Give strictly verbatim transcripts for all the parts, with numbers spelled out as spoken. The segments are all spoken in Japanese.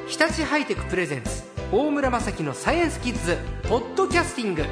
日立ハイテクプレゼンツ大村雅樹のサイエンスキッズポッドキャスティング。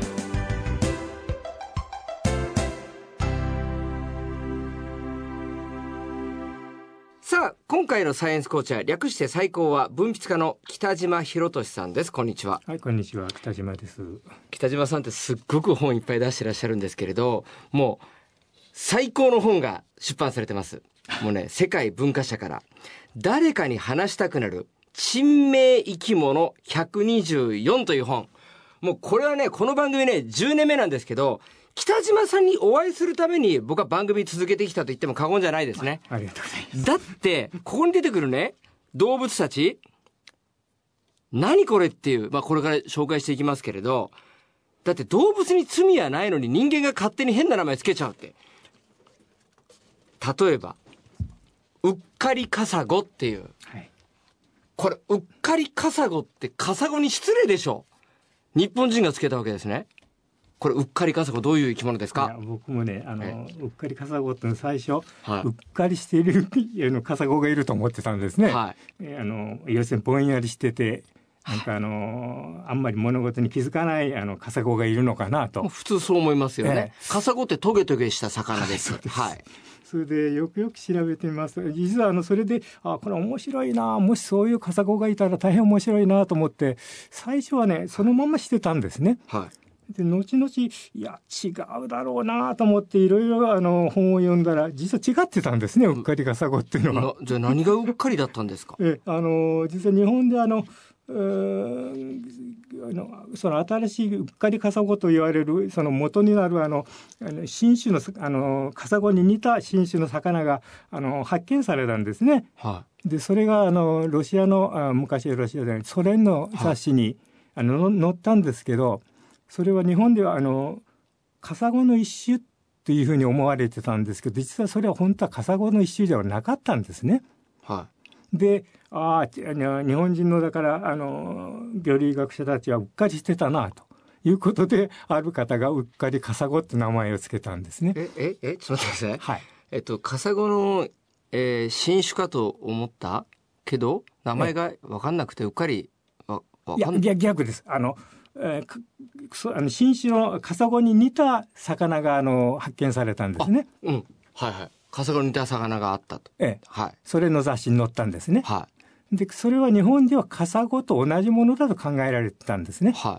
さあ今回のサイエンスコーチャー、略して最高は文筆家の北島博俊さんです。こんにちは。 はい、こんにちは、北島です。 北島さんってすっごく本いっぱい出してらっしゃるんですけれど、もう最高の本が出版されてます。もうね、世界文化社から誰かに話したくなる珍名生き物ひゃくにじゅうよんという本。もうこれはね、この番組ねじゅうねんめなんですけど、北島さんにお会いするために僕は番組続けてきたと言っても過言じゃないですね。 ありがとうございます。 だってここに出てくるね動物たち、何これっていう、まあこれから紹介していきますけれど、だって動物に罪はないのに人間が勝手に変な名前つけちゃうって。例えばうっかりカサゴっていう、はい、これうっかりカサゴってカサゴに失礼でしょ。日本人がつけたわけですね。これうっかりカサゴどういう生き物ですか？ いや僕もね、あのうっかりカサゴって最初、 はい、 うっかりしているカサゴがいると思ってたんですね、 はい、 あの要するにぼんやりしてて、なんかあのあんまり物事に気づかないあのカサゴがいるのかなと。 普通そう思いますよね、ええ、カサゴってトゲトゲした魚です。 はい、そうです、 はい、 それでよくよく調べてみますと、実はあのそれであこれ面白いな、もしそういうカサゴがいたら大変面白いなと思って最初はねそのまましてたんですね、はい、で後々いや違うだろうなと思っていろいろあの本を読んだら実は違ってたんですね、うっかりカサゴっていうのは。 じゃあ何がうっかりだったんですか？ えあの実は日本であのうーあのその新しいうっかりカサゴと言われるその元になるあのあの新種のあのカサゴに似た新種の魚があの発見されたんですね、はい、でそれがあのロシアのあ昔ロシアでソ連の雑誌に、はい、あの載ったんですけど、それは日本ではあのカサゴの一種というふうに思われてたんですけど、実はそれは本当はカサゴの一種ではなかったんですね、はい、でああ日本人のだからあの魚類学者たちはうっかりしてたなということで、ある方がうっかりカサゴって名前をつけたんですね。 えええちょっと待ってください、 はい、えっとカサゴの、えー、新種かと思ったけど名前が分かんなくてうっかりわわかんない。 いや逆です。あのえー、あの新種のカサゴに似た魚があの発見されたんですね。 うん、はいはい、カサゴに似た魚があったと、 ええ、 はい、 それの雑誌に載ったんですね、 はい、 でそれは日本ではカサゴと同じものだと考えられてたんですね、はい、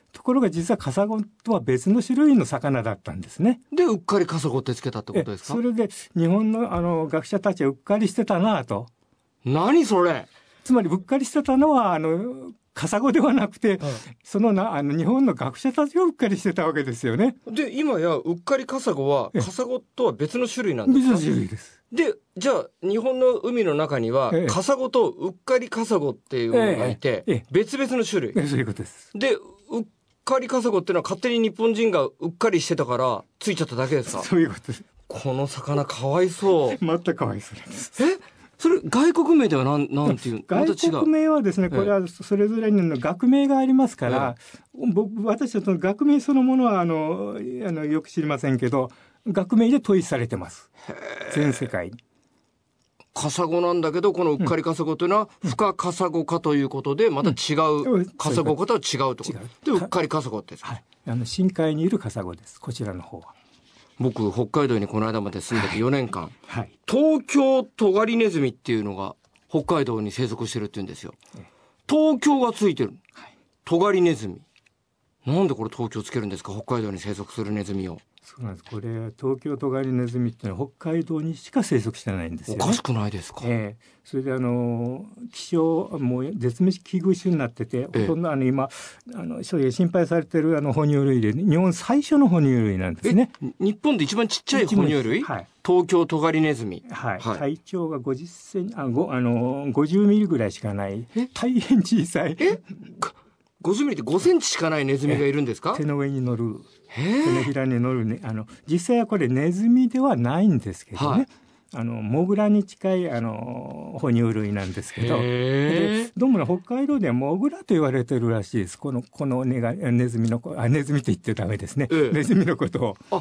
ところが実はカサゴとは別の種類の魚だったんですね。 でうっかりカサゴってつけたってことですか？ それで日本のあの学者たちはうっかりしてたなと。 何それ。 つまりうっかりしてたのはあのカサゴではなくて、うん、そのなあの日本の学者たちがうっかりしてたわけですよね。 で今やうっかりカサゴはカサゴとは別の種類なんですか？ 別の種類です。 でじゃあ日本の海の中には、ええ、カサゴとうっかりカサゴっていうのがいて、ええええ、別々の種類、 ええ、そういうことです。 でうっかりカサゴっていうのは勝手に日本人がうっかりしてたからついちゃっただけですか？ そういうことです。 この魚かわいそう。 全くかわいそうです。 えそれ外国名ではなんなんていう外国名はですね、これはそれぞれの学名がありますから、ええ、僕私たちの学名そのものはあのあのよく知りませんけど学名で統一されてます、全世界に。 カサゴなんだけどこのうっかりカサゴというのはフカカサゴ科ということでまた違うカサゴ科とは違うということで、うっかりカサゴってですか？はい、 あの深海にいるカサゴです、こちらの方は。 僕北海道にこの間まで住んでてよねんかん、はいはい、東京トガリネズミっていうのが北海道に生息してるって言うんですよ。東京がついてる、はい、トガリネズミ。なんでこれ東京つけるんですか、北海道に生息するネズミを。 そうなんです。これ東京トガリネズミってのは北海道にしか生息してないんですよ、ね、 おかしくないですか？ えー、それであの希少もう絶滅危惧種になってて、ほとんどあの今あの心配されてるあの哺乳類で日本最初の哺乳類なんですね。 日本で一番ちっちゃい哺乳類、はい、東京トガリネズミ、 はいはい、体長がごじゅっセンチあごあのごじゅうミリぐらいしかない大変小さい。 えごじゅうミリってごセンチしかないネズミがいるんですか？ 手の上に乗る、手のひらに乗る、ね、あの実際はこれネズミではないんですけどね、はい、あのモグラに近いあの哺乳類なんですけど、でどうも北海道ではモグラと言われてるらしいです。このこのネがネズミのあネズミと言ってダメですね、ネズミのことを。 あ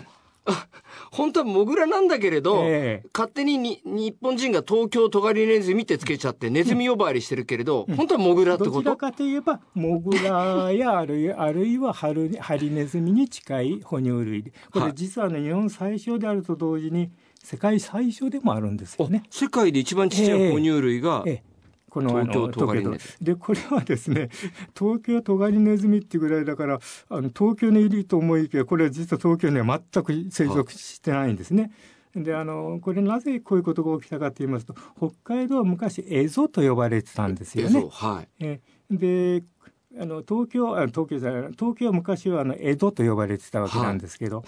本当はモグラなんだけれど、 ええ、 勝手にに日本人が東京トガリネズミってつけちゃってネズミ呼ばわりしてるけれど、うん、本当はモグラってこと？ どちらかといえばモグラやあるいはあるいはハルハリネズミに近い哺乳類で、これ実はね、日本最小であると同時に世界最小でもあるんですよね。 世界で一番ちっちゃい哺乳類が、ええええ、 この東京トガリネズミで、これはですね、東京トガリネズミっていうぐらいだから、あの東京にいると思いきや、これは実は東京には全く生息してないんですね。で、あのこれなぜこういうことが起きたかと言いますと、北海道は昔エゾと呼ばれてたんですよね。 はい、 えであの東京あ東京じゃない東京は昔はあの江戸と呼ばれてたわけなんですけど、はい、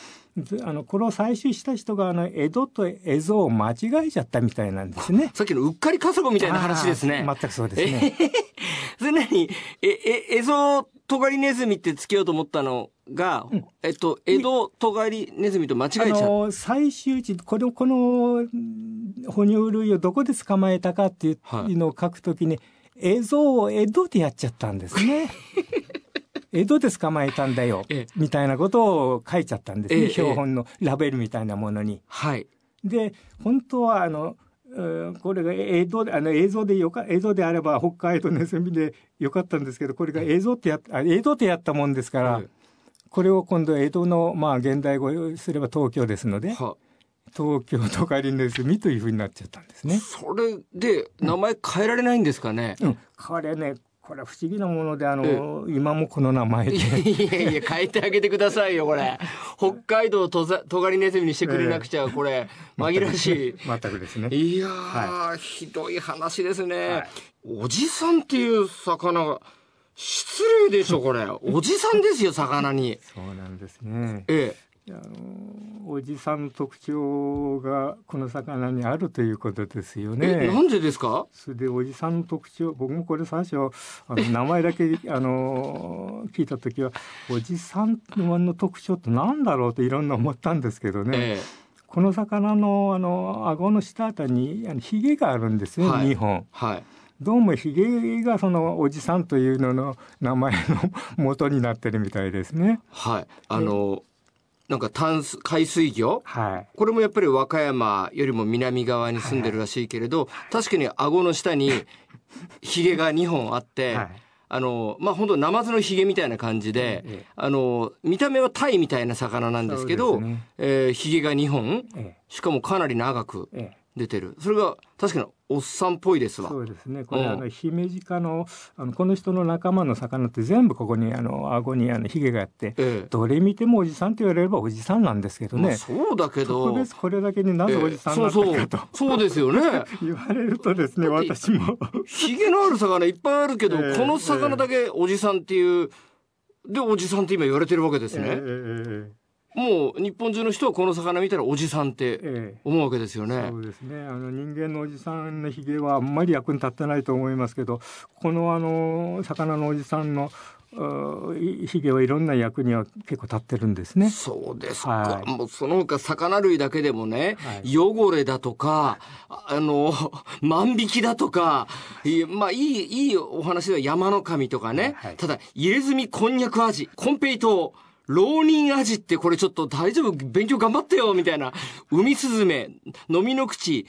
あのこれを採集した人があの江戸とエゾを間違えちゃったみたいなんですね。 さっきのうっかりカサゴみたいな話ですね。 全くそうですね。 えー、それ何ええエゾトガリネズミってつけようと思ったのが、うん、えっと江戸トガリネズミと間違えちゃった。あの採集地このこの哺乳類をどこで捕まえたかっていうのを書くときに、はい、エゾを江戸でやっちゃったんですね。江戸で捕まえたんだよ、ええ、みたいなことを書いちゃったんですね、ええ、標本のラベルみたいなものに。 はい、 で本当はあのこれが江戸であの映像でよか映像であれば北海道ネズミでよかったんですけど、これが映像ってやっ江戸でやったもんですから、はい、これを今度江戸のまあ現代語すれば東京ですので、は東京トガリネズミというふうになっちゃったんですね。それで名前変えられないんですかね？ うん、これねこれは不思議なもので、あの今もこの名前でいやいや変えてあげてくださいよこれ。北海道トガリネズミにしてくれなくちゃ、これ紛らわしい。 全くですね。 いやー、はい、ひどい話ですね、はい、おじさんっていう魚が失礼でしょこれ。おじさんですよ魚に。 そうなんですね。 ええ、 あのおじさんの特徴がこの魚にあるということですよね。 え、なんでですか？ それでおじさんの特徴、僕もこれ最初あの名前だけあの聞いた時はおじさんの特徴って何だろうといろんな思ったんですけどね、ええ、この魚のあの顎の下あたりにあのヒゲがあるんですよ、はい、にほん、はい、どうもヒゲがそのおじさんというのの名前の元になってるみたいですね。 はい、あのなんか淡水海水魚、 はい、 これもやっぱり和歌山よりも南側に住んでるらしいけれど、はい、確かに顎の下にヒゲがにほんあって、はい、あのまあ本当ナマズのヒゲみたいな感じで、ええ、あの見た目はタイみたいな魚なんですけど、ね、えー、ヒゲがにほん、ええ、しかもかなり長く出てる。それが確かにおっさんっぽいですわ。 そうですね。これ、うん、あのヒメジカのあのこの人の仲間の魚って全部ここにあの顎にあのヒゲがあって、ええ、どれ見てもおじさんと言われればおじさんなんですけどね。 まあ、そうだけど特別これだけになぜおじさんなのかと、ええ、そうそうそうですよね。 言われるとですね、私もヒゲのある魚いっぱいあるけど、ええ、この魚だけおじさんっていうでおじさんって今言われてるわけですね。えええもう日本中の人はこの魚見たらおじさんって思うわけですよね。 ええ、そうですね。あの人間のおじさんのひげはあんまり役に立ってないと思いますけど、このあの魚のおじさんのひげはいろんな役には結構立ってるんですね。 そうですか、はい、もうその他魚類だけでもね、はい、汚れだとかあの万引きだとか、いまあいいいいお話では山の神とかね、はい、ただ入れ墨こんにゃく味コンペイトウ浪人アジってこれちょっと大丈夫勉強頑張ってよみたいな、海スズメ飲みの口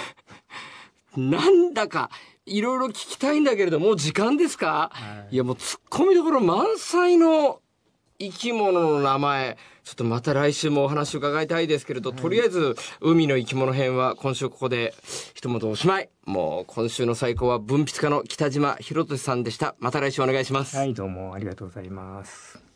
なんだかいろいろ聞きたいんだけれどもう時間ですか、はい、いやもう突っ込みどころ満載の生き物の名前ちょっとまた来週もお話を伺いたいですけれど、はい、とりあえず海の生き物編は今週ここでひとまずおしまい。もう今週の最高は文筆家の北島博俊さんでした。また来週お願いします。 はい、どうもありがとうございます。